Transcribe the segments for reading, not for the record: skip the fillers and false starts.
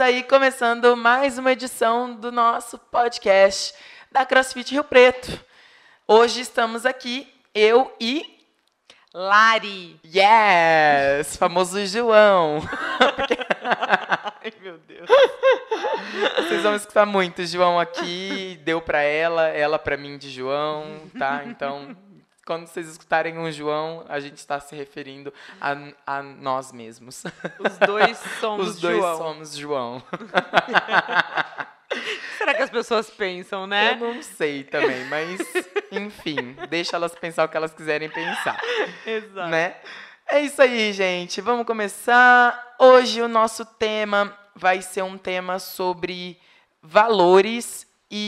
aí começando mais uma edição do nosso podcast da CrossFit Rio Preto. Hoje estamos aqui, eu e... Lari. Yes! Famoso João. Ai, meu Deus. Vocês vão escutar muito João aqui, deu pra ela pra mim de João, tá? Então, quando vocês escutarem um João, a gente está se referindo a nós mesmos. Os dois somos Os dois João. somos João. Será que as pessoas pensam, né? Eu não sei também, mas enfim, deixa elas pensar o que elas quiserem pensar, Exato. né? É isso aí, gente. Vamos começar. Hoje o nosso tema vai ser um tema sobre valores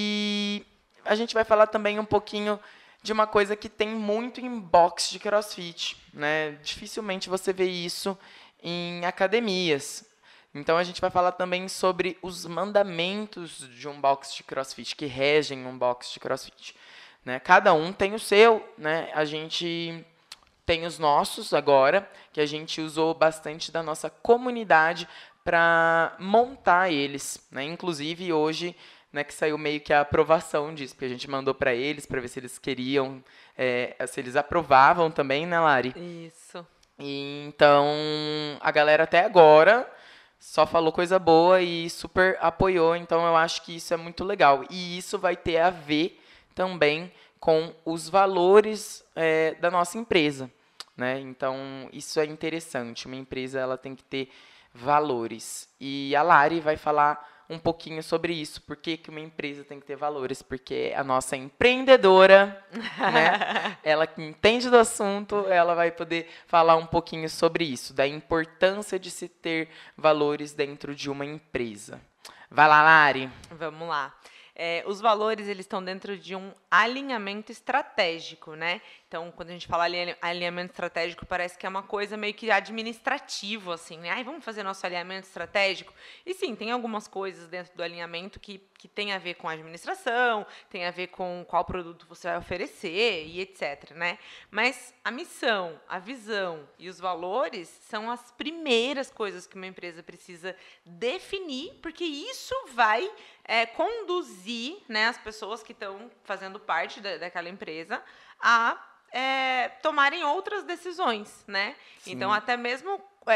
e a gente vai falar também um pouquinho de uma coisa que tem muito em box de CrossFit, né? Dificilmente você vê isso em academias. Então a gente vai falar também sobre os mandamentos de um box de CrossFit, que regem um box de CrossFit, né? Cada um tem o seu, né? A gente tem os nossos agora, que a gente usou bastante da nossa comunidade para montar eles, né? Inclusive hoje, né, que saiu meio que a aprovação disso, porque a gente mandou para eles para ver se eles queriam, se eles aprovavam também, né, Lari? Isso. E então a galera até agora só falou coisa boa e super apoiou, então eu acho que isso é muito legal. E isso vai ter a ver também com os valores da nossa empresa, né? Então, isso é interessante. Uma empresa ela tem que ter valores. E a Lari vai falar um pouquinho sobre isso. Por que uma empresa tem que ter valores? Porque a nossa empreendedora, né? Ela que entende do assunto, ela vai poder falar um pouquinho sobre isso, da importância de se ter valores dentro de uma empresa. Vai lá, Lari. Vamos lá. Os valores, eles estão dentro de um alinhamento estratégico, né? Então, quando a gente fala alinhamento estratégico, parece que é uma coisa meio que administrativo, assim, né? Ai, vamos fazer nosso alinhamento estratégico? E sim, tem algumas coisas dentro do alinhamento que tem a ver com a administração, tem a ver com qual produto você vai oferecer e etc, né? Mas a missão, a visão e os valores são as primeiras coisas que uma empresa precisa definir, porque isso vai conduzir, né, as pessoas que estão fazendo parte daquela empresa a tomarem outras decisões, né? Sim. Então, até mesmo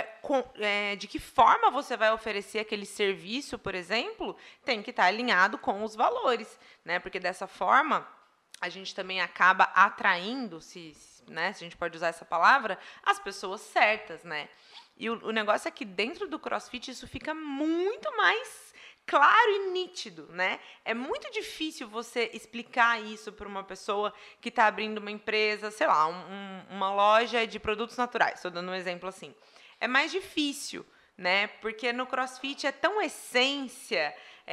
de que forma você vai oferecer aquele serviço, por exemplo, tem que estar alinhado com os valores, né? Porque dessa forma a gente também acaba atraindo, né, se a gente pode usar essa palavra, as pessoas certas, né? E o negócio é que dentro do CrossFit isso fica muito mais claro e nítido, né? É muito difícil você explicar isso para uma pessoa que está abrindo uma empresa, sei lá, uma loja de produtos naturais. Estou dando um exemplo assim. É mais difícil, né? Porque no CrossFit é tão essência.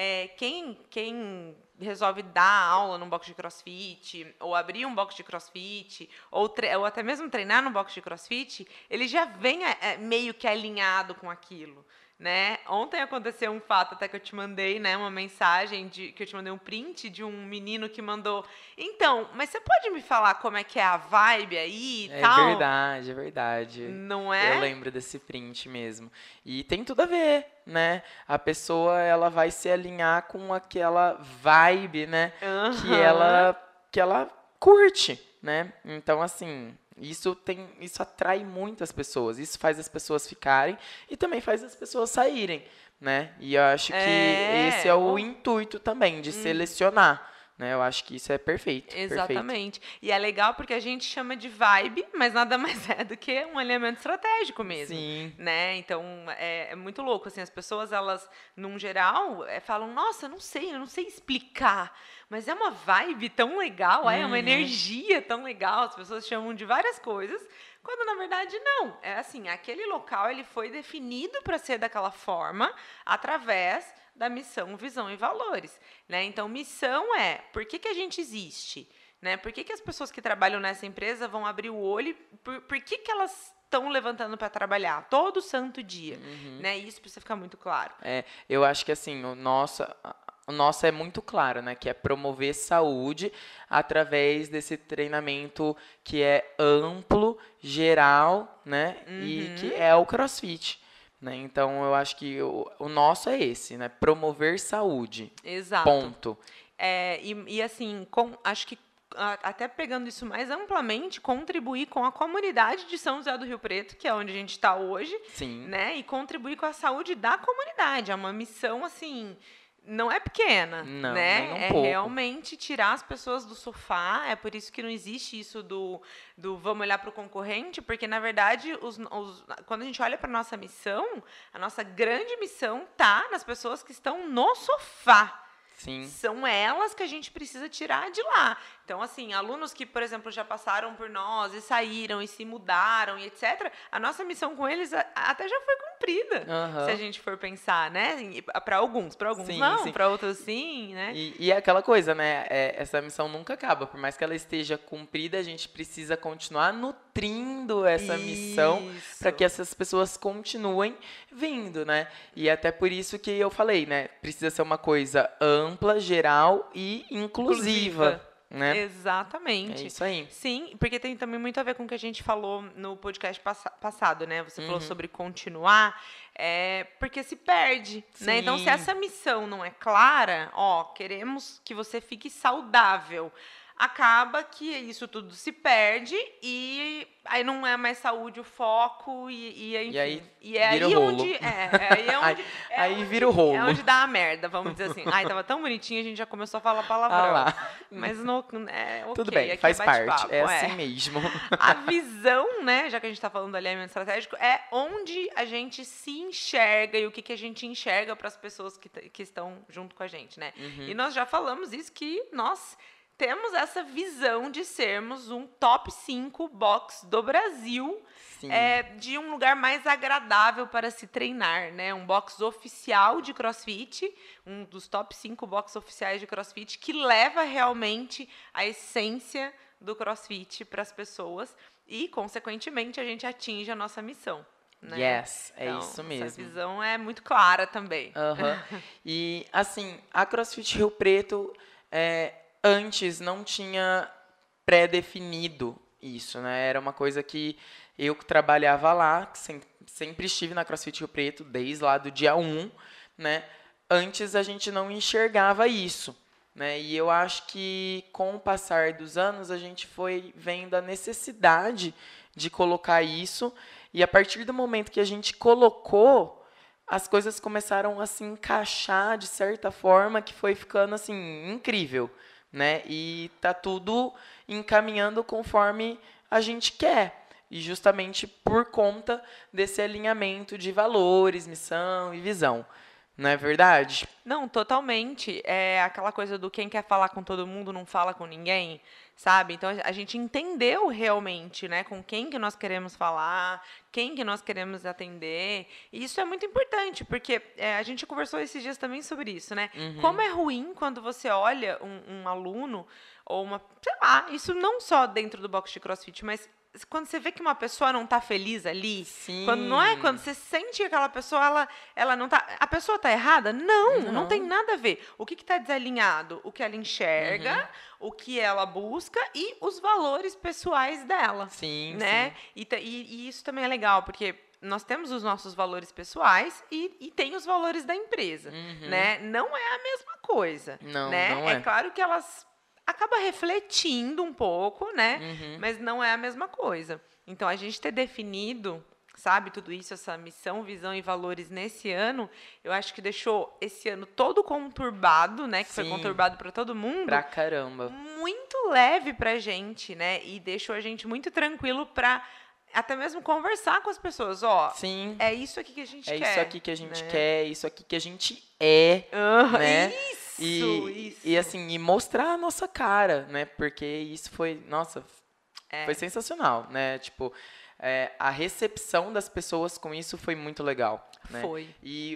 Quem resolve dar aula num box de CrossFit, ou abrir um box de CrossFit, ou até mesmo treinar num box de CrossFit, ele já vem meio que alinhado com aquilo, né? Ontem aconteceu um fato até que eu te mandei, né, uma mensagem que eu te mandei um print de um menino que mandou. Então, mas você pode me falar como é que é a vibe aí e tal? É verdade. Não é? Eu lembro desse print mesmo. E tem tudo a ver, né? A pessoa ela vai se alinhar com aquela vibe, né, que ela curte, né? Então assim, isso atrai muitas pessoas, isso faz as pessoas ficarem e também faz as pessoas saírem, né? E eu acho que esse é o intuito também, de selecionar, né? Eu acho que isso é perfeito. Exatamente. Perfeito. E é legal porque a gente chama de vibe, mas nada mais é do que um elemento estratégico mesmo. Sim. Né? Então, é muito louco. Assim, as pessoas, elas, num geral, falam, nossa, eu não sei explicar. Mas é uma vibe tão legal, é uma energia tão legal. As pessoas chamam de várias coisas, quando na verdade não. É assim, aquele local ele foi definido para ser daquela forma através da missão, visão e valores, né? Então, missão é por que a gente existe, né? Por que as pessoas que trabalham nessa empresa vão abrir o olho? Por que elas estão levantando para trabalhar todo santo dia, né? Isso precisa ficar muito claro. Eu acho que assim, o nosso é muito claro, né? Que é promover saúde através desse treinamento que é amplo, geral, né? E que é o CrossFit. né? Então, eu acho que o nosso é esse, né? Promover saúde. Exato. Ponto. Assim, acho que até pegando isso mais amplamente, contribuir com a comunidade de São José do Rio Preto, que é onde a gente está hoje, Sim. né? E contribuir com a saúde da comunidade. É uma missão, assim, não é pequena, Não, né? nem um É pouco. realmente tirar as pessoas do sofá. É por isso que não existe isso do vamos olhar para o concorrente, porque, na verdade, quando a gente olha para a nossa missão, a nossa grande missão tá nas pessoas que estão no sofá. Sim. São elas que a gente precisa tirar de lá. Então, assim, alunos que, por exemplo, já passaram por nós e saíram e se mudaram e etc., a nossa missão com eles até já foi cumprida, se a gente for pensar, né? Para alguns sim, não, para outros sim, né? E é aquela coisa, né? Essa missão nunca acaba. Por mais que ela esteja cumprida, a gente precisa continuar nutrindo essa missão para que essas pessoas continuem vindo, né? E até por isso que eu falei, né? Precisa ser uma coisa ampla, geral e inclusiva. Né? Exatamente. É isso aí. Sim, porque tem também muito a ver com o que a gente falou no podcast passado, né? Você falou sobre continuar, porque se perde, né? Então, se essa missão não é clara, queremos que você fique saudável. Acaba que isso tudo se perde e aí não é mais saúde o foco enfim. E aí vira o rolo. Aí vira o rolo. É onde dá a merda, vamos dizer assim. Ai, tava tão bonitinho, a gente já começou a falar palavrão. Mas okay, tudo bem, faz parte, é assim mesmo. A visão, né, já que a gente tá falando do alinhamento estratégico, é onde a gente se enxerga e o que a gente enxerga para as pessoas que estão junto com a gente, né? E nós já falamos isso, que nós temos essa visão de sermos um top 5 box do Brasil, de um lugar mais agradável para se treinar, né? Um box oficial de CrossFit, um dos top 5 box oficiais de CrossFit, que leva realmente a essência do CrossFit para as pessoas e, consequentemente, a gente atinge a nossa missão. Né? Yes, é isso mesmo. Essa visão é muito clara também. E, assim, a CrossFit Rio Preto antes não tinha pré-definido isso, né? Era uma coisa que eu que trabalhava lá, que sempre estive na CrossFit Rio Preto, desde lá do dia 1, né? Antes a gente não enxergava isso, né? E eu acho que com o passar dos anos a gente foi vendo a necessidade de colocar isso, e a partir do momento que a gente colocou, as coisas começaram a se encaixar de certa forma que foi ficando assim incrível. Né? E tá tudo encaminhando conforme a gente quer. E justamente por conta desse alinhamento de valores, missão e visão. Não é verdade? Não, totalmente. É aquela coisa do quem quer falar com todo mundo não fala com ninguém, sabe? Então a gente entendeu realmente, né, com quem que nós queremos falar, quem que nós queremos atender. E isso é muito importante, porque a gente conversou esses dias também sobre isso, né? Como é ruim quando você olha um aluno ou sei lá, isso não só dentro do box de CrossFit, mas quando você vê que uma pessoa não tá feliz ali, quando você sente que aquela pessoa, ela não tá, a pessoa tá errada? Não tem nada a ver. O que tá desalinhado? O que ela enxerga, o que ela busca e os valores pessoais dela. Sim, né? sim. E isso também é legal, porque nós temos os nossos valores pessoais e tem os valores da empresa, né? Não é a mesma coisa, não, né? Não é claro que elas acaba refletindo um pouco, né? Mas não é a mesma coisa. Então, a gente ter definido, sabe, tudo isso, essa missão, visão e valores nesse ano, eu acho que deixou esse ano todo conturbado, né? Que foi conturbado para todo mundo. Pra caramba. Muito leve pra gente, né? E deixou a gente muito tranquilo para até mesmo conversar com as pessoas. Sim. É isso aqui que a gente quer. É isso aqui que a gente quer, isso aqui que a gente é, né? Isso. E assim, e mostrar a nossa cara, né? Porque isso foi, nossa, foi sensacional, né? Tipo, a recepção das pessoas com isso foi muito legal, né? Foi. E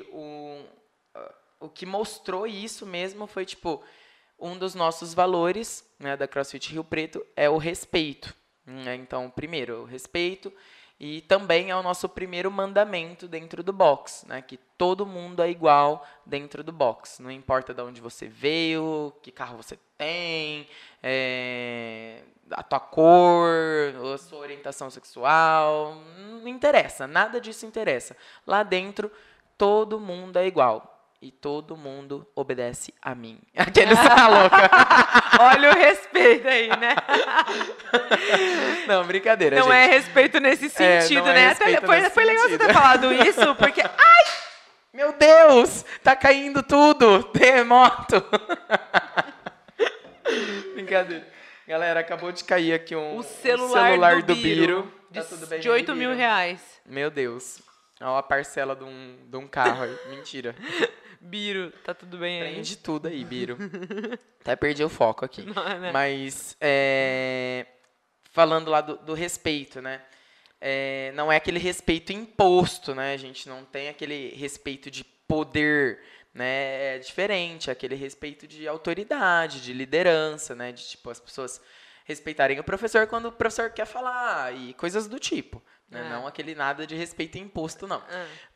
o que mostrou isso mesmo foi, tipo, um dos nossos valores, né, da CrossFit Rio Preto é o respeito, né? Então, primeiro, o respeito. E também é o nosso primeiro mandamento dentro do box, né? Que todo mundo é igual dentro do box. Não importa de onde você veio, que carro você tem, a tua cor, a sua orientação sexual, não interessa, nada disso interessa. Lá dentro, todo mundo é igual. E todo mundo obedece a mim. Aqueles louca. Olha o respeito aí, né? Não, brincadeira, não gente. é respeito nesse sentido, não é né? respeito Foi nesse legal você sentido. ter falado isso, porque... Meu Deus, tá caindo tudo. Terremoto. Brincadeira. Galera, acabou de cair aqui o celular do Biro. Tá tudo bem De aí, 8 mil Biro? reais. Meu Deus. Olha a parcela de um carro aí. Mentira. Biro, tá tudo bem aí? Prende tudo aí, Biro. Até perdi o foco aqui. Não, né? Mas, falando lá do respeito, né? Não é aquele respeito imposto, né? A gente não tem aquele respeito de poder, né? É diferente, é aquele respeito de autoridade, de liderança, né? De, tipo, as pessoas respeitarem o professor quando o professor quer falar e coisas do tipo. Né? Não aquele nada de respeito imposto, não.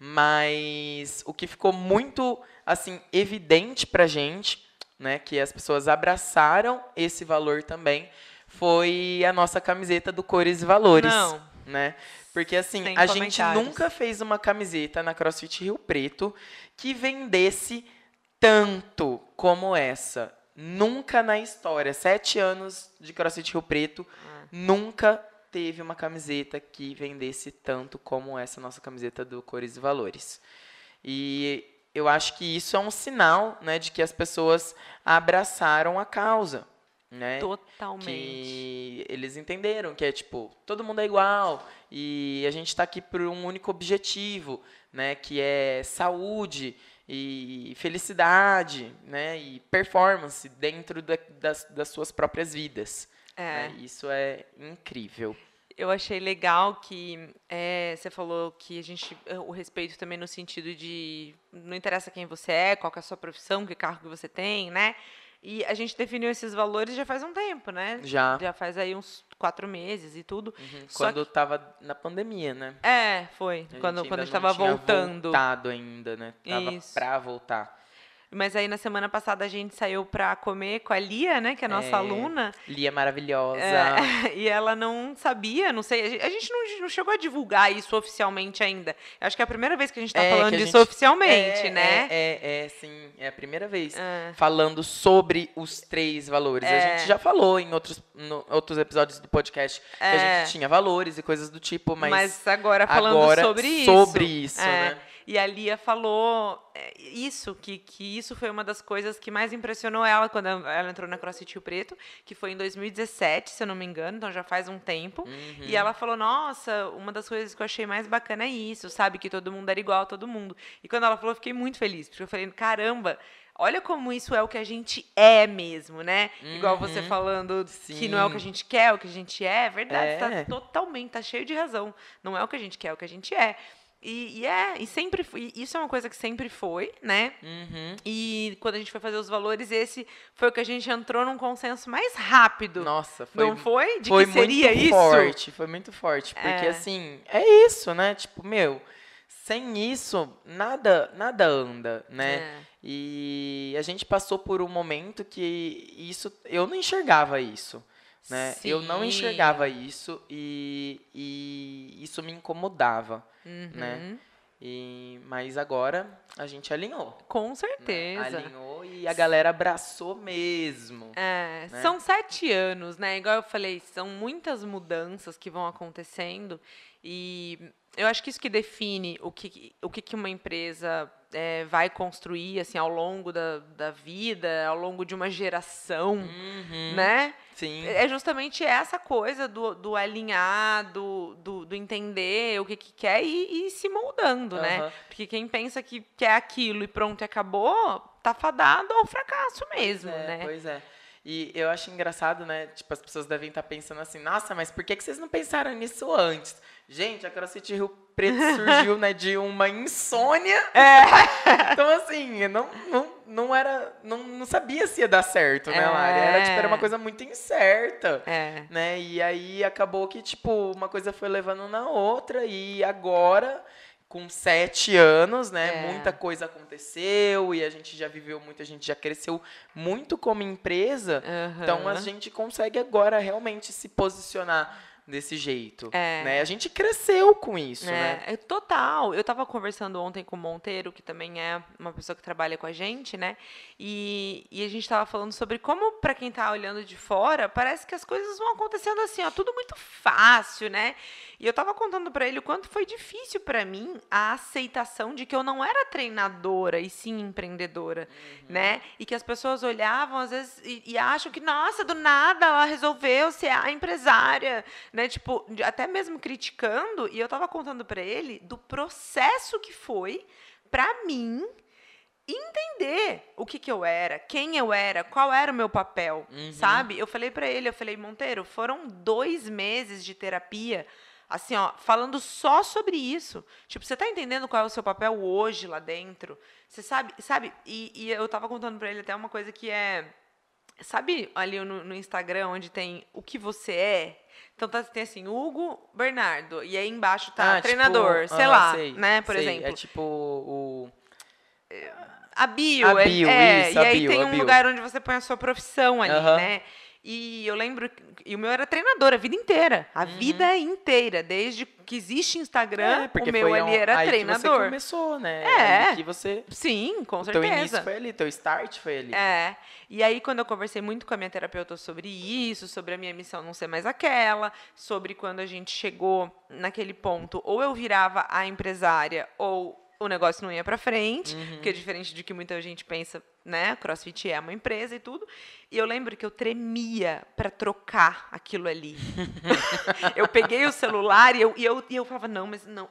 Mas o que ficou muito, assim, evidente pra gente, né? Que as pessoas abraçaram esse valor também, foi a nossa camiseta do Cores e Valores. Não. Né? Porque, assim, Sem a gente comentários. nunca fez uma camiseta na CrossFit Rio Preto que vendesse tanto como essa. Nunca na história. 7 anos de CrossFit Rio Preto, nunca teve uma camiseta que vendesse tanto como essa nossa camiseta do Cores e Valores. E eu acho que isso é um sinal, né, de que as pessoas abraçaram a causa. Né? Totalmente. Que eles entenderam que é tipo, todo mundo é igual e a gente está aqui por um único objetivo, né? Que é saúde e felicidade, né? E performance dentro das suas próprias vidas. Né? Isso é incrível. Eu achei legal que você falou que o respeito também no sentido de não interessa quem você é, qual que é a sua profissão, que carro que você tem, né? E a gente definiu esses valores já faz um tempo, né? Já faz aí uns 4 meses e tudo. Quando tava na pandemia, né? Foi. Quando a gente ainda tava não tinha voltando. voltado ainda, né? Tava pra voltar. Mas aí, na semana passada, a gente saiu pra comer com a Lia, né? Que é a nossa aluna. Lia maravilhosa. E ela não sabia, não sei. A gente não chegou a divulgar isso oficialmente ainda. Eu acho que é a primeira vez que a gente tá falando disso oficialmente, né? Sim. É a primeira vez falando sobre os 3 valores. A gente já falou em outros episódios do podcast que a gente tinha valores e coisas do tipo, mas agora falando sobre isso, né? E a Lia falou isso, que isso foi uma das coisas que mais impressionou ela quando ela entrou na CrossFit Rio Preto, que foi em 2017, se eu não me engano, então já faz um tempo. E ela falou, nossa, uma das coisas que eu achei mais bacana é isso, sabe? Que todo mundo era igual a todo mundo. E quando ela falou, eu fiquei muito feliz, porque eu falei, caramba, olha como isso é o que a gente é mesmo, né? Igual você falando que não é o que a gente quer, é o que a gente é verdade, tá totalmente, tá cheio de razão. Não é o que a gente quer, é o que a gente é. E sempre foi, isso é uma coisa que sempre foi, né? E quando a gente foi fazer os valores, esse foi o que a gente entrou num consenso mais rápido. Nossa, foi. Não foi? De foi que seria muito isso? Forte, foi muito forte. Porque, assim, é isso, né? Tipo, sem isso, nada anda, né? E a gente passou por um momento que eu não enxergava isso. Né? Eu não enxergava isso e isso me incomodava, né? Mas agora a gente alinhou. Com certeza. Né? Alinhou e a galera abraçou mesmo. Né? São 7 anos, né? Igual eu falei, são muitas mudanças que vão acontecendo e eu acho que isso que define o que uma empresa vai construir assim, ao longo da vida, ao longo de uma geração, né? Sim. É justamente essa coisa do alinhar, do entender o que quer e ir se moldando, né? Porque quem pensa que quer aquilo e pronto, acabou, tá fadado ao fracasso mesmo, né? Pois é. E eu acho engraçado, né? Tipo, as pessoas devem estar pensando assim, nossa, mas por que vocês não pensaram nisso antes? Gente, a CrossFit Rio Preto surgiu, né, de uma insônia. Então, assim, não sabia se ia dar certo, né, Lari? Era uma coisa muito incerta, né? E aí acabou que, tipo, uma coisa foi levando na outra e agora, com 7 anos, né, muita coisa aconteceu e a gente já viveu muito, a gente já cresceu muito como empresa. Então, a gente consegue agora realmente se posicionar desse jeito, É. né? A gente cresceu com isso, né? É total. Eu estava conversando ontem com o Monteiro, que também é uma pessoa que trabalha com a gente, né? E a gente estava falando sobre como, para quem está olhando de fora, parece que as coisas vão acontecendo assim, ó, tudo muito fácil, né? E eu estava contando para ele o quanto foi difícil para mim a aceitação de que eu não era treinadora e sim empreendedora, né? E que as pessoas olhavam às vezes e acham que, nossa, do nada ela resolveu ser a empresária, né? Tipo, até mesmo criticando. E eu estava contando para ele do processo que foi para mim entender o que eu era, quem eu era, qual era o meu papel, sabe? Eu falei para ele, Monteiro, foram 2 meses de terapia, assim, ó, falando só sobre isso. Tipo, você tá entendendo qual é o seu papel hoje lá dentro? Você sabe? E eu tava contando para ele até uma coisa que é... Sabe ali no Instagram, onde tem o que você é? Então tem assim, Hugo Bernardo, e aí embaixo tá treinador, tipo, sei lá, sei, né, por sei. exemplo. É tipo A bio, A bio, isso, e a aí bio, tem a um bio. lugar onde você põe a sua profissão ali, né? E eu lembro, e o meu era treinador a vida inteira, a vida inteira, desde que existe Instagram, porque o meu foi ali era aí treinador. que você começou, né? É. Ali que você... Sim, com O certeza. teu início foi ali, teu start foi ali. É. E aí, quando eu conversei muito com a minha terapeuta sobre isso, sobre a minha missão não ser mais aquela, sobre quando a gente chegou naquele ponto, ou eu virava a empresária, ou o negócio não ia pra frente, porque diferente de que muita gente pensa, né, CrossFit é uma empresa e tudo. E eu lembro que eu tremia pra trocar aquilo ali. Eu peguei o celular e eu falava, não, mas não,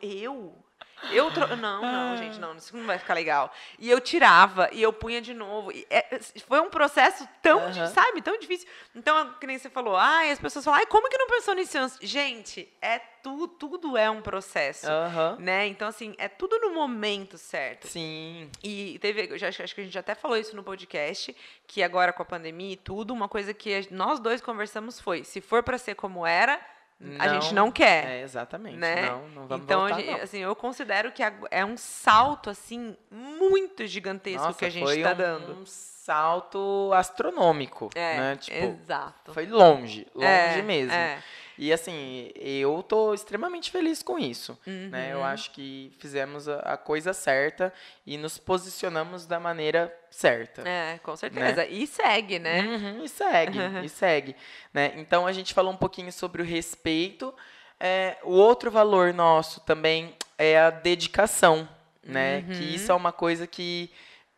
não, gente, não, isso não vai ficar legal. E eu tirava, e eu punha de novo. Foi um processo tão, sabe, tão difícil. Então, que nem você falou, as pessoas falam, como que não pensou nisso antes? Gente, tudo é um processo, né? Então, assim, é tudo no momento certo. Sim. E acho que a gente até falou isso no podcast, que agora com a pandemia e tudo, uma coisa que nós dois conversamos foi, se for para ser como era, a gente não quer. É, exatamente. Né? Não vamos então, voltar, não. assim, eu considero que é um salto, assim, muito gigantesco que a gente está dando. Um salto astronômico, né? Tipo, exato. Foi longe mesmo. É. E, assim, eu tô extremamente feliz com isso, né? Eu acho que fizemos a coisa certa e nos posicionamos da maneira certa. É, com certeza. Né? E segue, né? E segue. Né? Então, a gente falou um pouquinho sobre o respeito. O outro valor nosso também é a dedicação, né? Que isso é uma coisa que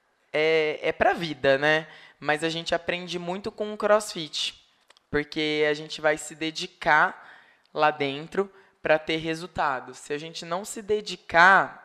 é pra vida, né? Mas a gente aprende muito com o CrossFit. Porque a gente vai se dedicar lá dentro para ter resultados. Se a gente não se dedicar,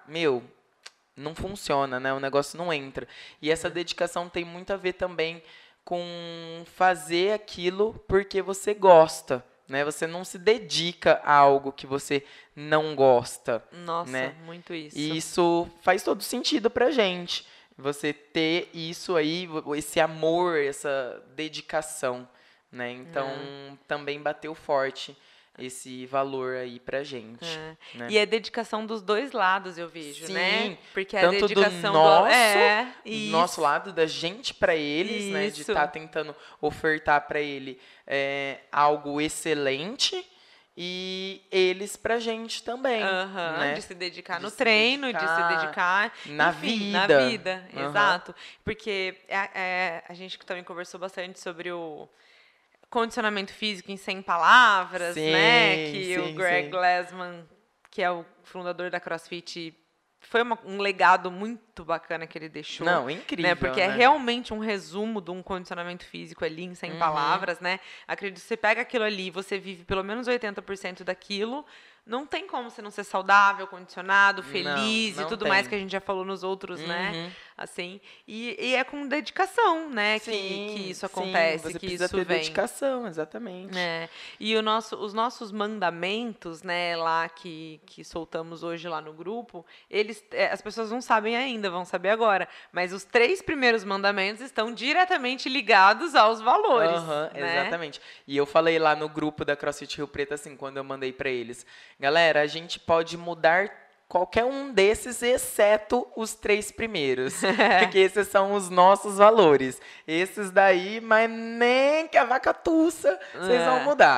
não funciona, né? O negócio não entra. E essa dedicação tem muito a ver também com fazer aquilo porque você gosta, né? Você não se dedica a algo que você não gosta. Nossa, né? Muito isso. E isso faz todo sentido pra gente. Você ter isso aí, esse amor, essa dedicação. Né? Então, também bateu forte esse valor aí pra gente. Né? E é dedicação dos dois lados, eu vejo, Sim, né? Porque a tanto dedicação do nosso lado, da gente pra eles, né? De estar tentando ofertar pra ele algo excelente e eles pra gente também. Né? De se dedicar no treino, de se dedicar na vida. Na vida, exato. Porque a gente também conversou bastante sobre o condicionamento físico em 100 palavras, né? Que o Greg Glassman, que é o fundador da CrossFit, foi um legado muito bacana que ele deixou. Não, incrível, né? Porque é realmente um resumo de um condicionamento físico ali em 100 palavras, né? Acredito que você pega aquilo ali, você vive pelo menos 80% daquilo, não tem como você não ser saudável, condicionado, feliz não e tudo tem. mais que a gente já falou nos outros, né? Assim, e é com dedicação, né? Que isso acontece, você que precisa isso ter vem. dedicação, exatamente. E os nossos mandamentos, né, lá que soltamos hoje lá no grupo, as pessoas não sabem ainda, vão saber agora, mas os 3 primeiros mandamentos estão diretamente ligados aos valores. Né? Exatamente. E eu falei lá no grupo da CrossFit Rio Preto, assim, quando eu mandei pra eles, galera, a gente pode mudar qualquer um desses, exceto os 3 primeiros. Porque esses são os nossos valores. Esses daí, mas nem que a vaca tussa, vocês vão mudar.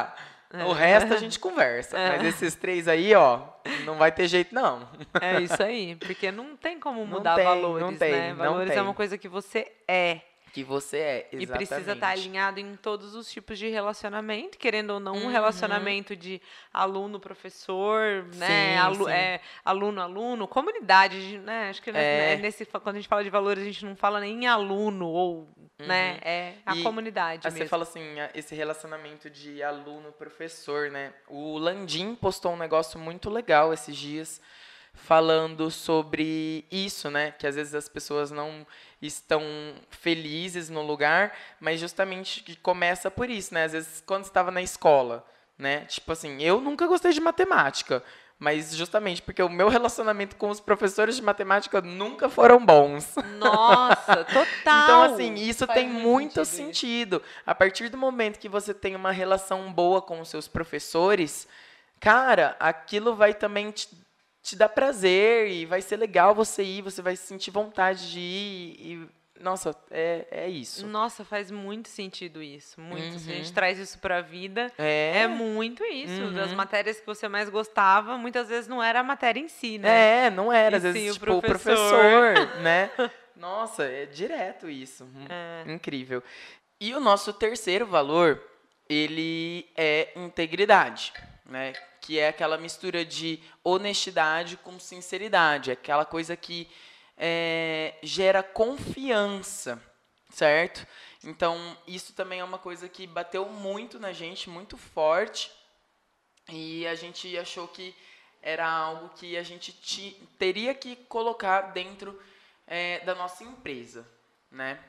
O resto a gente conversa. Mas esses 3 aí, ó, não vai ter jeito, não. É isso aí, porque não tem como Não mudar tem, valores, não tem, né? não Valores é tem. uma coisa que você é. Que você é, E exatamente. precisa estar alinhado em todos os tipos de relacionamento, querendo ou não, um Uhum. relacionamento de aluno-professor, né? Sim. Aluno-aluno, comunidade, né? Acho que quando a gente fala de valores, a gente não fala nem em aluno ou, né? É a E comunidade aí mesmo. você fala assim, esse relacionamento de aluno-professor, né? O Landim postou um negócio muito legal esses dias, falando sobre isso, né? Que às vezes as pessoas não estão felizes no lugar, mas justamente que começa por isso, né? Às vezes quando você estava na escola, né? Tipo assim, eu nunca gostei de matemática, mas justamente porque o meu relacionamento com os professores de matemática nunca foram bons. Nossa, total! Então, assim, isso Faz tem muito sentido isso. sentido. A partir do momento que você tem uma relação boa com os seus professores, cara, aquilo vai também te dar prazer e vai ser legal você ir, você vai sentir vontade de ir. Nossa, é isso. Nossa, faz muito sentido isso. Muito. Se a gente Uhum. traz isso para a vida, É. é muito isso. Uhum. Das matérias que você mais gostava, muitas vezes não era a matéria em si, né? Não era. Às E vezes, sim, o tipo, o professor. professor, né? Nossa, é direto isso. Incrível. E o nosso terceiro valor, ele é integridade, né? Que é aquela mistura de honestidade com sinceridade, aquela coisa que gera confiança, certo? Então, isso também é uma coisa que bateu muito na gente, muito forte, e a gente achou que era algo que a gente teria que colocar dentro da nossa empresa, né?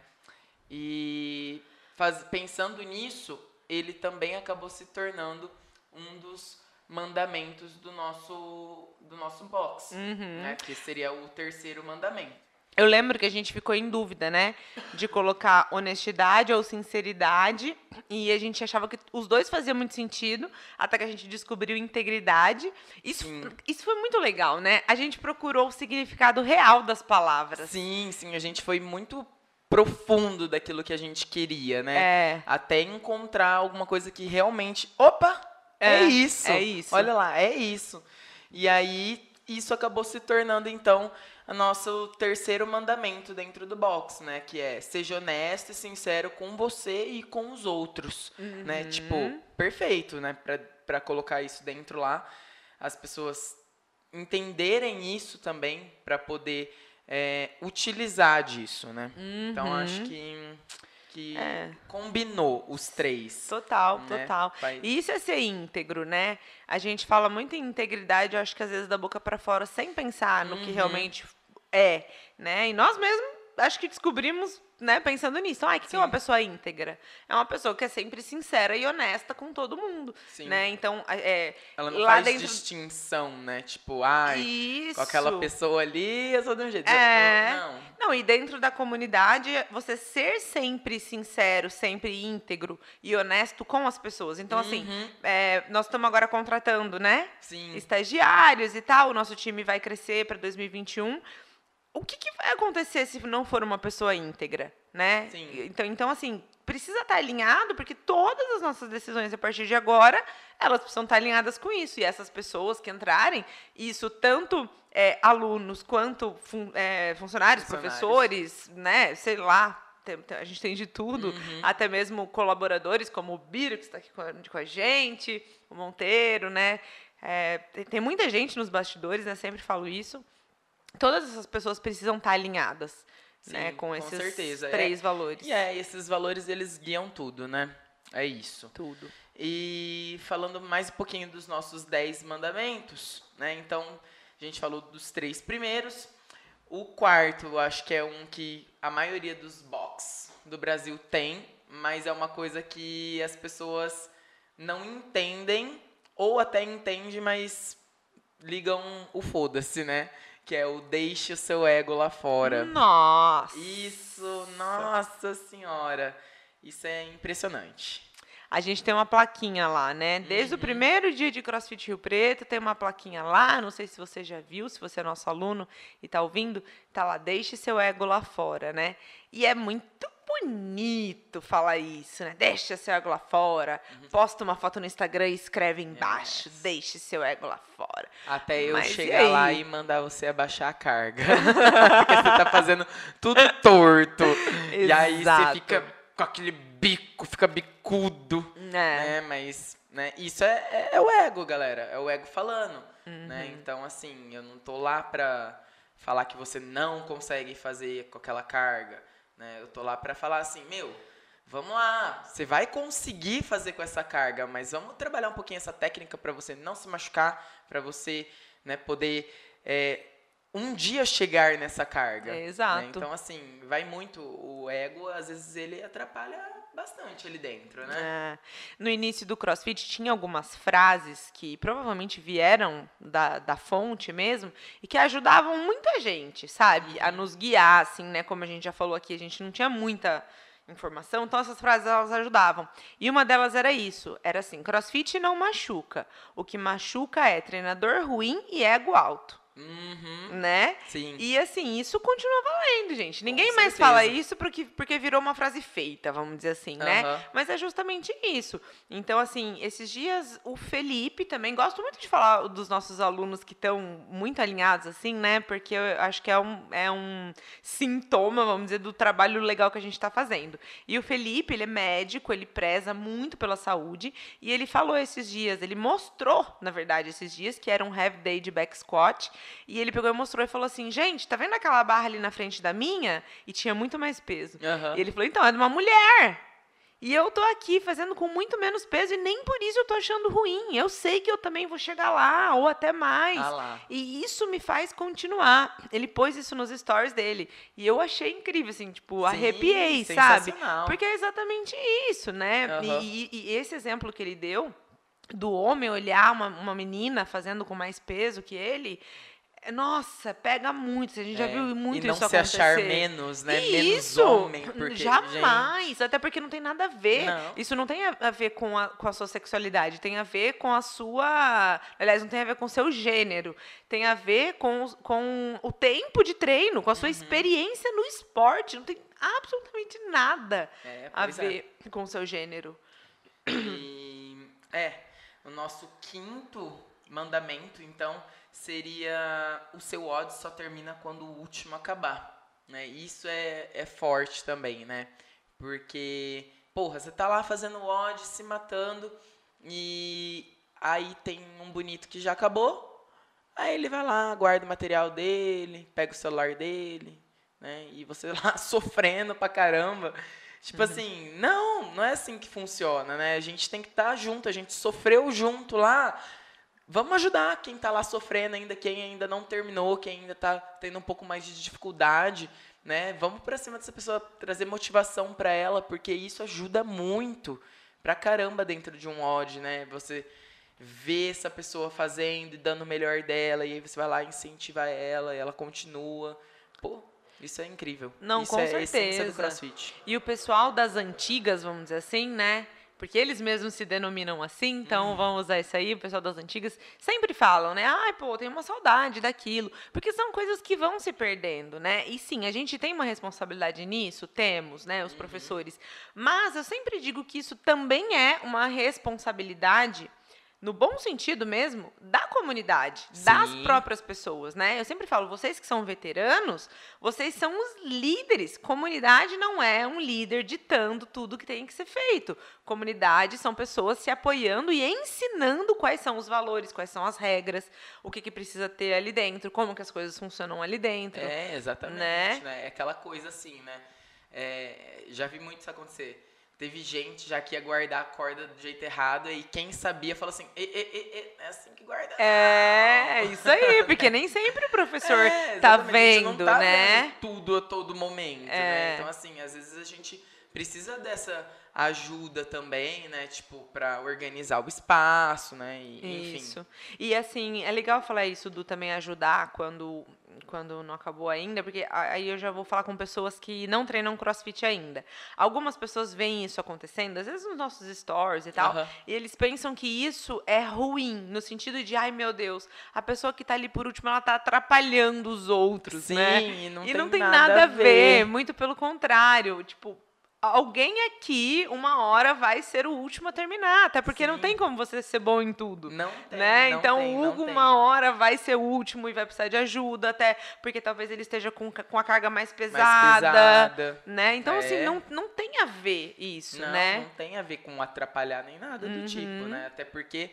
E pensando nisso, ele também acabou se tornando um dos mandamentos do nosso box, né? Que seria o terceiro mandamento. Eu lembro que a gente ficou em dúvida, né? De colocar honestidade ou sinceridade. E a gente achava que os dois faziam muito sentido, até que a gente descobriu integridade. Isso foi muito legal, né? A gente procurou o significado real das palavras. Sim, a gente foi muito profundo daquilo que a gente queria, né? Até encontrar alguma coisa que realmente... Opa! É isso! É isso. Olha lá, é isso. E aí, isso acabou se tornando, então, o nosso terceiro mandamento dentro do box, né? Que é, seja honesto e sincero com você e com os outros, né? Tipo, perfeito, né? Pra colocar isso dentro lá, as pessoas entenderem isso também, para poder utilizar disso, né? Então, acho que combinou os 3. Total, né? total. E isso é ser íntegro, né? A gente fala muito em integridade, eu acho que às vezes da boca para fora, sem pensar no que realmente é, né? E nós mesmos, acho que descobrimos, né, pensando nisso. O que é uma pessoa íntegra? É uma pessoa que é sempre sincera e honesta com todo mundo, né? Então, ela não lá faz dentro... distinção, né? Tipo, Isso. com aquela pessoa ali, eu sou de um jeito. Não, e dentro da comunidade, você ser sempre sincero, sempre íntegro e honesto com as pessoas. Então, assim, nós estamos agora contratando, né? Sim. Estagiários e tal, o nosso time vai crescer para 2021. O que vai acontecer se não for uma pessoa íntegra, né? Sim. Então, assim, precisa estar alinhado, porque todas as nossas decisões a partir de agora, elas precisam estar alinhadas com isso. E essas pessoas que entrarem, isso tanto alunos quanto funcionários, professores, né? Sei lá, a gente tem de tudo, até mesmo colaboradores, como o Biro, que está aqui com a gente, o Monteiro, né? Tem muita gente nos bastidores, né? Sempre falo isso. Todas essas pessoas precisam estar alinhadas, né, com esses certeza. 3 valores. E esses valores, eles guiam tudo, né? É isso. Tudo. E falando mais um pouquinho dos nossos 10 mandamentos, né? Então, a gente falou dos 3 primeiros. O quarto, eu acho que é um que a maioria dos box do Brasil tem, mas é uma coisa que as pessoas não entendem, ou até entendem, mas ligam o foda-se, né? Que é o deixe o seu ego lá fora. Nossa! Isso, nossa senhora. Isso é impressionante. A gente tem uma plaquinha lá, né? Desde o primeiro dia de CrossFit Rio Preto, tem uma plaquinha lá. Não sei se você já viu, se você é nosso aluno e tá ouvindo, tá lá, deixe seu ego lá fora, né? E é muito bonito falar isso, né? Deixa seu ego lá fora. Posta uma foto no Instagram e escreve embaixo. Deixe seu ego lá fora. Até eu Mas chegar lá e mandar você abaixar a carga. Porque você tá fazendo tudo torto. E aí você fica com aquele bico, fica bicudo. Né? Mas né, isso é o ego, galera. É o ego falando. Né? Então, assim, eu não tô lá pra falar que você não consegue fazer com aquela carga. Né? Eu tô lá pra falar assim, vamos lá, você vai conseguir fazer com essa carga, mas vamos trabalhar um pouquinho essa técnica para você não se machucar, para você, né, poder um dia chegar nessa carga. Exato. Né? Então, assim, vai muito, o ego, às vezes, ele atrapalha bastante ali dentro, né? No início do CrossFit tinha algumas frases que provavelmente vieram da fonte mesmo e que ajudavam muita gente, sabe? A nos guiar, assim, né? Como a gente já falou aqui, a gente não tinha muita informação, então essas frases elas ajudavam. E uma delas era isso, era assim, CrossFit não machuca. O que machuca é treinador ruim e ego alto. Né? Sim. E assim, isso continua valendo, gente. Ninguém Com mais certeza. fala isso porque virou uma frase feita, vamos dizer assim, né? Mas é justamente isso. Então, assim, esses dias o Felipe também, gosto muito de falar dos nossos alunos que estão muito alinhados, assim, né? Porque eu acho que é um sintoma, vamos dizer, do trabalho legal que a gente está fazendo. E o Felipe, ele é médico, ele preza muito pela saúde, e ele falou esses dias, ele mostrou, na verdade, esses dias, que era um heavy day de back squat. E ele pegou e mostrou e falou assim, gente, tá vendo aquela barra ali na frente da minha? E tinha muito mais peso. E ele falou, então, é de uma mulher. E eu tô aqui fazendo com muito menos peso e nem por isso eu tô achando ruim. Eu sei que eu também vou chegar lá, ou até mais. E isso me faz continuar. Ele pôs isso nos stories dele. E eu achei incrível, assim, tipo, arrepiei, sabe? Porque é exatamente isso, né? E esse exemplo que ele deu, do homem olhar uma menina fazendo com mais peso que ele... Nossa, pega muito. A gente já viu muito isso acontecer. E não se achar menos, né? Isso, menos homem. Porque, jamais. Gente... Até porque não tem nada a ver. Não. Isso não tem a ver com a sua sexualidade. Tem a ver com a sua... Aliás, não tem a ver com o seu gênero. Tem a ver com o tempo de treino, com a sua experiência no esporte. Não tem absolutamente nada a ver com o seu gênero. E, o nosso quinto mandamento, então... seria o seu ódio só termina quando o último acabar, né? Isso é forte também, né? Porque, você tá lá fazendo ódio, se matando, e aí tem um bonito que já acabou, aí ele vai lá, guarda o material dele, pega o celular dele, né? E você lá sofrendo pra caramba. Tipo assim, não é assim que funciona, né? A gente tem que estar junto, a gente sofreu junto lá. Vamos ajudar quem está lá sofrendo ainda, quem ainda não terminou, quem ainda está tendo um pouco mais de dificuldade, né? Vamos para cima dessa pessoa, trazer motivação para ela, porque isso ajuda muito pra caramba dentro de um ódio, né? Você vê essa pessoa fazendo e dando o melhor dela, e aí você vai lá e incentiva ela, e ela continua. Isso é incrível. Não, isso com certeza. A essência do CrossFit. E o pessoal das antigas, vamos dizer assim, né? Porque eles mesmos se denominam assim, então vamos usar isso aí, o pessoal das antigas sempre falam, né? Tenho uma saudade daquilo. Porque são coisas que vão se perdendo, né? E sim, a gente tem uma responsabilidade nisso, temos, né? Os professores. Mas eu sempre digo que isso também é uma responsabilidade, no bom sentido mesmo, da comunidade, das próprias pessoas, né? Eu sempre falo, vocês que são veteranos, vocês são os líderes. Comunidade não é um líder ditando tudo que tem que ser feito. Comunidade são pessoas se apoiando e ensinando quais são os valores, quais são as regras, o que precisa ter ali dentro, como que as coisas funcionam ali dentro. Exatamente. Né? É aquela coisa assim, né? Já vi muito isso acontecer. Teve gente já que ia guardar a corda do jeito errado e quem sabia falou assim, é assim que guarda. Isso aí, porque nem sempre o professor tá vendo, não tá né? vendo tudo a todo momento, né? Então, assim, às vezes a gente precisa dessa ajuda também, né? Tipo, pra organizar o espaço, né? Enfim. Isso. E, assim, é legal falar isso do também ajudar quando não acabou ainda, porque aí eu já vou falar com pessoas que não treinam CrossFit ainda. Algumas pessoas veem isso acontecendo, às vezes nos nossos stories e tal, e eles pensam que isso é ruim, no sentido de, ai meu Deus, a pessoa que tá ali por último, ela tá atrapalhando os outros, né? E não tem nada a ver. Muito pelo contrário, tipo, alguém aqui, uma hora, vai ser o último a terminar. Até porque não tem como você ser bom em tudo. Não tem, né? não Então, tem, o não Hugo, tem. uma hora, vai ser o último e vai precisar de ajuda. Até porque talvez ele esteja com a carga mais pesada. Né? Então, assim, não tem a ver isso, né? Não tem a ver com atrapalhar nem nada do tipo, né? Até porque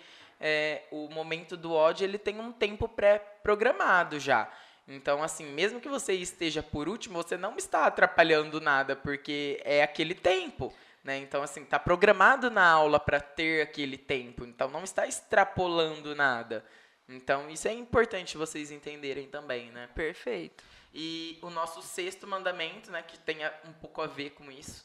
o momento do ódio, ele tem um tempo pré-programado já. Então, assim, mesmo que você esteja por último, você não está atrapalhando nada, porque é aquele tempo, né? Então, assim, está programado na aula para ter aquele tempo. Então, não está extrapolando nada. Então, isso é importante vocês entenderem também, né? Perfeito. E o nosso 6º mandamento, né, que tem um pouco a ver com isso,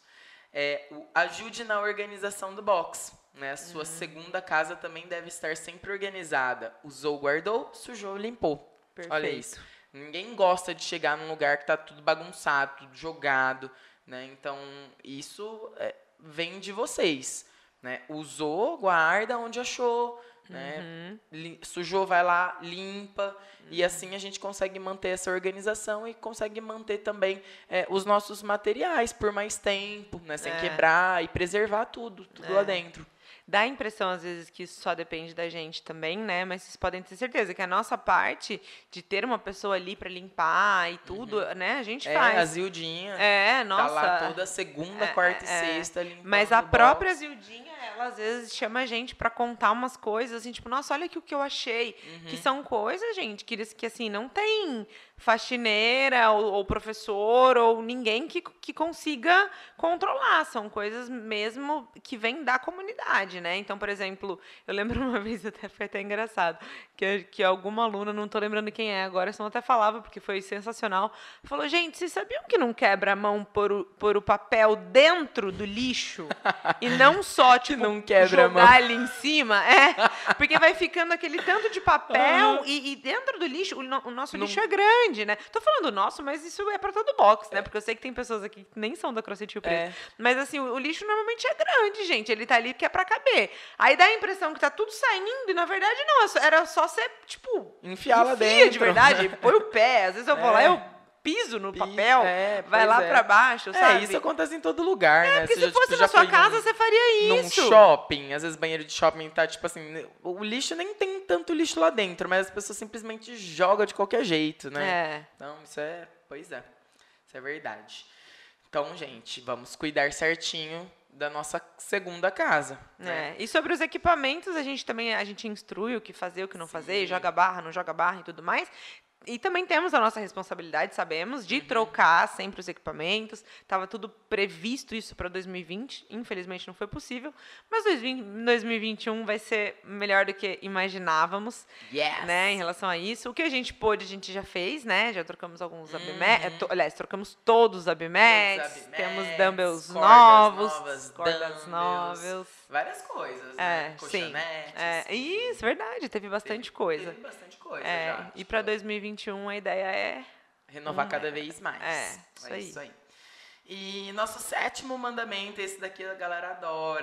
é o ajude na organização do box. Né? A sua segunda casa também deve estar sempre organizada. Usou, guardou, sujou, limpou. Perfeito. Olha isso. Ninguém gosta de chegar num lugar que está tudo bagunçado, tudo jogado. Né? Então, isso vem de vocês. Né? Usou, guarda onde achou. Né? Sujou, vai lá, limpa. E assim a gente consegue manter essa organização e consegue manter também os nossos materiais por mais tempo, né? Sem quebrar e preservar tudo lá dentro. Dá a impressão, às vezes, que isso só depende da gente também, né? Mas vocês podem ter certeza que a nossa parte de ter uma pessoa ali para limpar e tudo, né? A gente faz. A Zildinha nossa. Tá lá toda segunda, quarta e sexta limpando. Mas a própria Zildinha, ela às vezes chama a gente para contar umas coisas, assim, tipo, nossa, olha aqui o que eu achei. Que são coisas, gente, que assim, não tem faxineira ou professor ou ninguém que consiga controlar. São coisas mesmo que vêm da comunidade, né? Então, por exemplo, eu lembro uma vez, foi até engraçado, que alguma aluna, não tô lembrando quem é agora, senão até falava, porque foi sensacional, falou, gente, vocês sabiam que não quebra a mão pôr o papel dentro do lixo? E não só, tipo, não quebra jogar ali em cima? Porque vai ficando aquele tanto de papel e dentro do lixo, o nosso lixo é grande, né? Tô falando nosso, mas isso é pra todo box, né? Porque eu sei que tem pessoas aqui que nem são da CrossFit Rio Preto. Mas assim, o lixo normalmente é grande, gente. Ele tá ali que é pra caber. Aí dá a impressão que tá tudo saindo e na verdade não. Era só ser, tipo, enfiar lá dentro. de verdade, põe o pé. Às vezes eu vou lá, eu piso no papel, vai lá pra baixo, sabe? Isso acontece em todo lugar, né? Porque se fosse na sua casa, você faria isso. Num shopping, às vezes banheiro de shopping tá, tipo assim, o lixo nem tem tanto lixo lá dentro, mas as pessoas simplesmente jogam de qualquer jeito, né? Então, isso isso é verdade. Então, gente, vamos cuidar certinho da nossa segunda casa. Né? E sobre os equipamentos, a gente instrui o que fazer, o que não fazer, joga barra, não joga barra e tudo mais. E também temos a nossa responsabilidade, sabemos, de trocar sempre os equipamentos. Estava tudo previsto isso para 2020. Infelizmente não foi possível. Mas 2021 vai ser melhor do que imaginávamos. Né, em relação a isso. O que a gente pôde, a gente já fez, né? Já trocamos alguns abimeds. Aliás, trocamos todos os abimeds. Temos dumbbells novos. Cordas novas. Várias coisas, né? Colchonetes. Isso, verdade. Teve bastante coisa. Teve bastante coisa já. E para 2021 a ideia é renovar cada vez mais. Isso aí. E nosso 7º mandamento, esse daqui a galera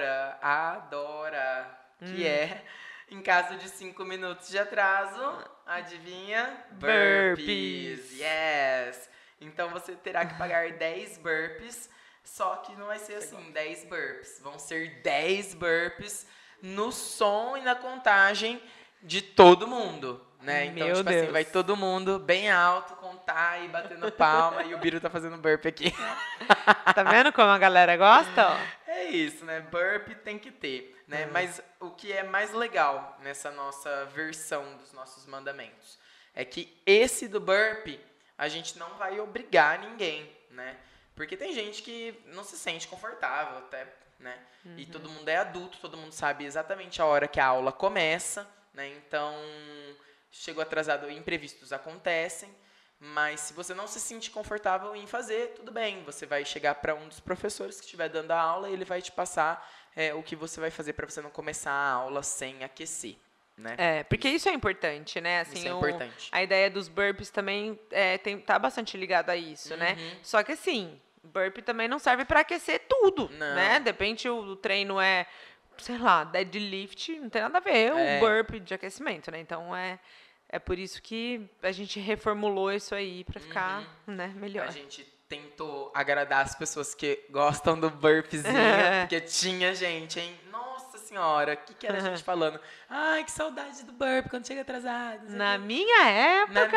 adora, que é, em caso de 5 minutos de atraso, adivinha? Burpees. Yes! Então você terá que pagar 10 burpees, só que não vai ser assim, 10 burpees. Vão ser 10 burpees no som e na contagem de todo mundo. Né? Então, tipo assim, vai todo mundo bem alto, contar e batendo palma, e o Biro tá fazendo burp aqui. Tá vendo como a galera gosta? É isso, né? Burp tem que ter, né? Mas o que é mais legal nessa nossa versão dos nossos mandamentos é que esse do burp, a gente não vai obrigar ninguém, né? Porque tem gente que não se sente confortável até, né? E todo mundo é adulto, todo mundo sabe exatamente a hora que a aula começa, né? Então, chegou atrasado, imprevistos acontecem, mas se você não se sentir confortável em fazer, tudo bem. Você vai chegar para um dos professores que estiver dando a aula e ele vai te passar o que você vai fazer para você não começar a aula sem aquecer. Né? Porque isso é importante, né? Assim, isso é importante. A ideia dos burpees também tá bastante ligado a isso, né? Só que assim, burpee também não serve para aquecer tudo, né? De repente o treino sei lá, deadlift, não tem nada a ver o burpee de aquecimento, né? Então é por isso que a gente reformulou isso aí para ficar, né, melhor. A gente tentou agradar as pessoas que gostam do burpezinho, porque tinha gente, hein? Nossa senhora, o que era a gente falando? Ai, que saudade do burpe quando chega atrasado. Na minha época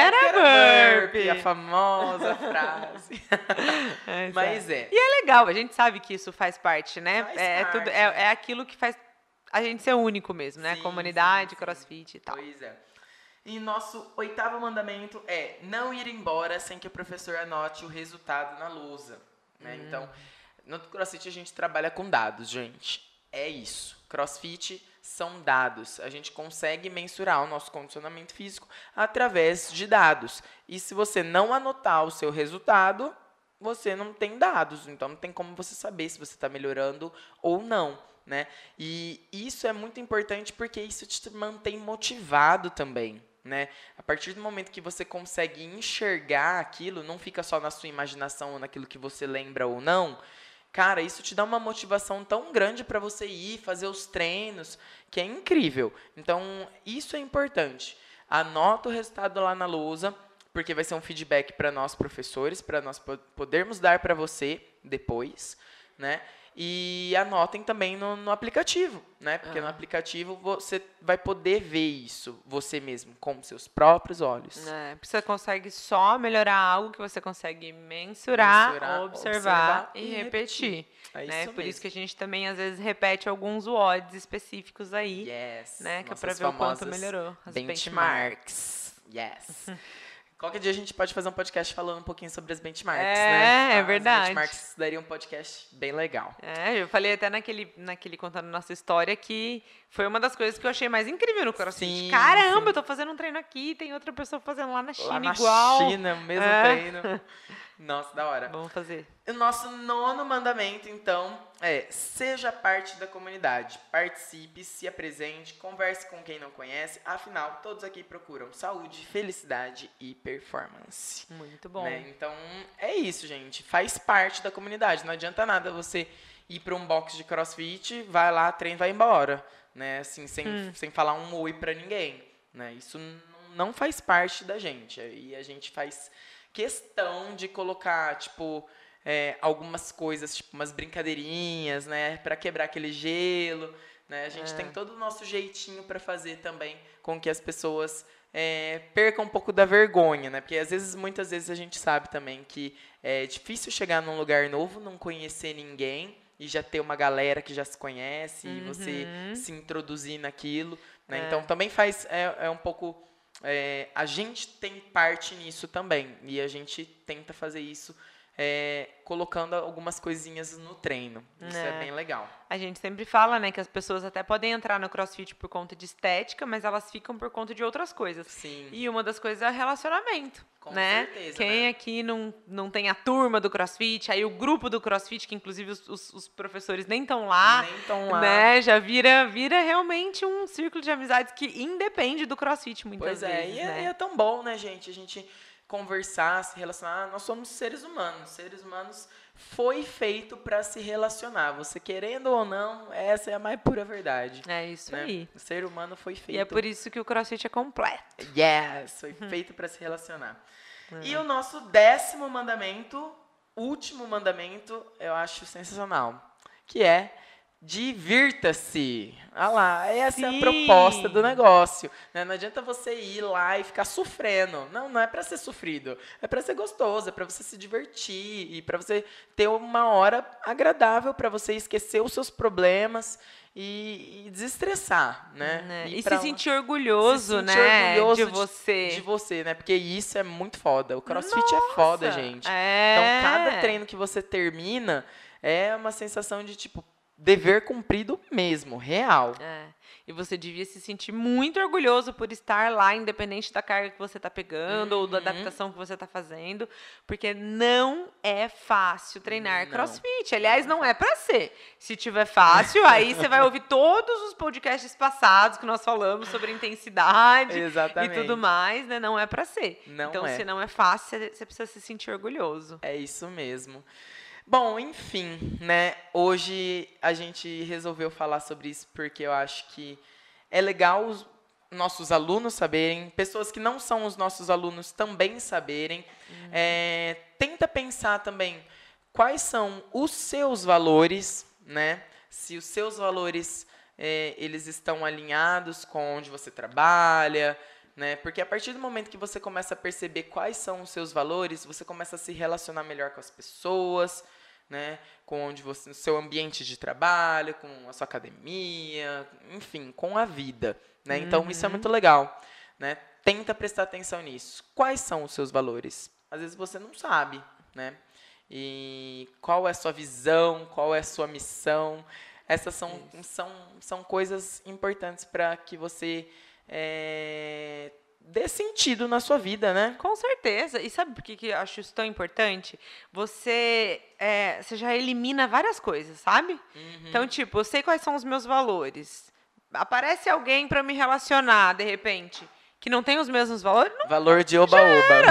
era burpe. A famosa frase. Mas E é legal, a gente sabe que isso faz parte, né? Faz Tudo, parte. é aquilo que faz a gente ser único mesmo, né? Sim, Comunidade, sim. crossfit e tal. Pois é. E nosso 8º mandamento é não ir embora sem que o professor anote o resultado na lousa. Né? Então, no CrossFit a gente trabalha com dados, gente. É isso. CrossFit são dados. A gente consegue mensurar o nosso condicionamento físico através de dados. E se você não anotar o seu resultado, você não tem dados. Então, não tem como você saber se você está melhorando ou não. Né? E isso é muito importante porque isso te mantém motivado também. Né? A partir do momento que você consegue enxergar aquilo, não fica só na sua imaginação ou naquilo que você lembra ou não, cara, isso te dá uma motivação tão grande para você ir fazer os treinos, que é incrível. Então, isso é importante. Anota o resultado lá na lousa, porque vai ser um feedback para nós professores, para nós podermos dar para você depois, né? E anotem também no aplicativo, né? Porque no aplicativo você vai poder ver isso, você mesmo, com seus próprios olhos. Porque você consegue só melhorar algo que você consegue mensurar observar e repetir. É né? isso Por isso mesmo. que a gente também, às vezes, repete alguns WODs específicos aí, Yes. né? Que é Nossas pra ver o quanto famosas melhorou. As benchmarks. Yes. Qualquer dia a gente pode fazer um podcast falando um pouquinho sobre as benchmarks, É, né? é verdade. As benchmarks daria um podcast bem legal. Eu falei até naquele contando nossa história que foi uma das coisas que eu achei mais incrível no CrossFit. Sim, Caramba, sim. eu tô fazendo um treino aqui, tem outra pessoa fazendo lá na China Lá na igual. China, o mesmo treino. Nossa, da hora. Vamos fazer. O nosso 9º mandamento, então, é seja parte da comunidade. Participe, se apresente, converse com quem não conhece. Afinal, todos aqui procuram saúde, felicidade e performance. Muito bom. Né? Então, é isso, gente. Faz parte da comunidade. Não adianta nada você ir para um box de CrossFit, vai lá, treina e vai embora. Né? Assim, sem falar um oi para ninguém. Né? Isso não faz parte da gente. E a gente faz questão de colocar, tipo, algumas coisas, tipo umas brincadeirinhas, né, para quebrar aquele gelo, né? A gente tem todo o nosso jeitinho para fazer também com que as pessoas percam um pouco da vergonha, né? Porque muitas vezes a gente sabe também que é difícil chegar num lugar novo, não conhecer ninguém e já ter uma galera que já se conhece e você se introduzir naquilo, né? Então também faz um pouco a gente tem parte nisso também. E a gente tenta fazer isso colocando algumas coisinhas no treino. Isso é bem legal. A gente sempre fala, né, que as pessoas até podem entrar no CrossFit por conta de estética, mas elas ficam por conta de outras coisas. Sim. E uma das coisas é o relacionamento. Com né? certeza, Quem né? aqui não tem a turma do CrossFit, aí o grupo do CrossFit, que inclusive os professores nem estão lá, né? Já vira realmente um círculo de amizades que independe do CrossFit muitas vezes, e é tão bom, né, gente? A gente conversar, se relacionar. Nós somos seres humanos. Seres humanos foi feito para se relacionar. Você querendo ou não, essa é a mais pura verdade. É isso aí. O ser humano foi feito. E é por isso que o CrossFit é completo. Yes, foi feito para se relacionar. E o nosso 10º mandamento, último mandamento, eu acho sensacional, que é divirta-se. Olha lá, essa é a proposta do negócio. Né? Não adianta você ir lá e ficar sofrendo. Não é para ser sofrido. É para ser gostoso, é para você se divertir e para você ter uma hora agradável para você esquecer os seus problemas e desestressar, né? E se sentir orgulhoso, né? De você, né? Porque isso é muito foda. O CrossFit é foda, gente. Então, cada treino que você termina é uma sensação de, tipo, dever cumprido mesmo, real. E você devia se sentir muito orgulhoso por estar lá, independente da carga que você está pegando ou da adaptação que você está fazendo, porque não é fácil treinar CrossFit. Aliás, não é para ser. Se tiver fácil, aí você vai ouvir todos os podcasts passados que nós falamos sobre intensidade e tudo mais, né? Não é para ser. Então, se não é fácil, você precisa se sentir orgulhoso. É isso mesmo. Bom, enfim, né? Hoje a gente resolveu falar sobre isso porque eu acho que é legal nossos alunos saberem, pessoas que não são os nossos alunos também saberem. Tenta pensar também quais são os seus valores, né? Se os seus valores eles estão alinhados com onde você trabalha, né? Porque a partir do momento que você começa a perceber quais são os seus valores, você começa a se relacionar melhor com as pessoas, né? Com onde você, no seu ambiente de trabalho, com a sua academia, enfim, com a vida, né? Então isso é muito legal, né? Tenta prestar atenção nisso. Quais são os seus valores? Às vezes você não sabe, né? E qual é a sua visão, qual é a sua missão? Essas são coisas importantes para que você dê sentido na sua vida, né? Com certeza. E sabe por que eu acho isso tão importante? Você já elimina várias coisas, sabe? Então, tipo, eu sei quais são os meus valores. Aparece alguém para me relacionar, de repente, que não tem os mesmos valores, não. Valor de oba-oba.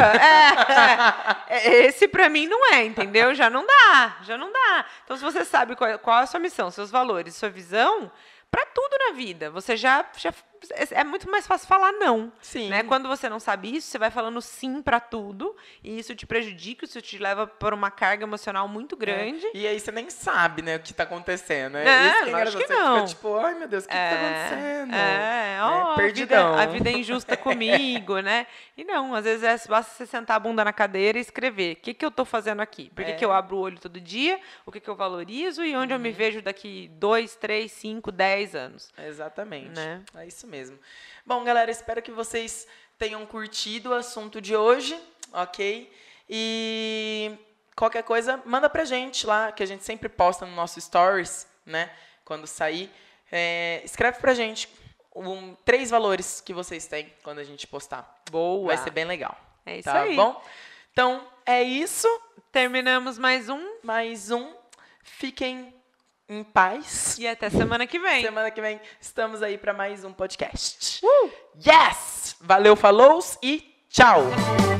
Esse para mim não é, entendeu? Já não dá. Então, se você sabe qual é a sua missão, seus valores, sua visão, para tudo na vida, você já é muito mais fácil falar não. Sim. Né? Quando você não sabe isso, você vai falando sim para tudo, e isso te prejudica, isso te leva por uma carga emocional muito grande. E aí você nem sabe, né, o que está acontecendo. Lógico que não. Você fica tipo, ai meu Deus, o que está acontecendo? Perdidão. A vida é injusta comigo, né? E não, às vezes basta você sentar a bunda na cadeira e escrever. O que eu estou fazendo aqui? Por que eu abro o olho todo dia? O que eu valorizo? E onde eu me vejo daqui 2, 3, 5, 10 anos? Exatamente. Né? É isso mesmo. Bom, galera, espero que vocês tenham curtido o assunto de hoje, ok? E qualquer coisa, manda pra gente lá, que a gente sempre posta no nosso stories, né? Quando sair. Escreve pra gente 3 valores que vocês têm quando a gente postar. Boa! Vai ser bem legal. É isso aí. Tá bom? Então, é isso. Terminamos mais um. Fiquem em paz. E até semana que vem. Semana que vem estamos aí para mais um podcast. Yes! Valeu, falou e tchau!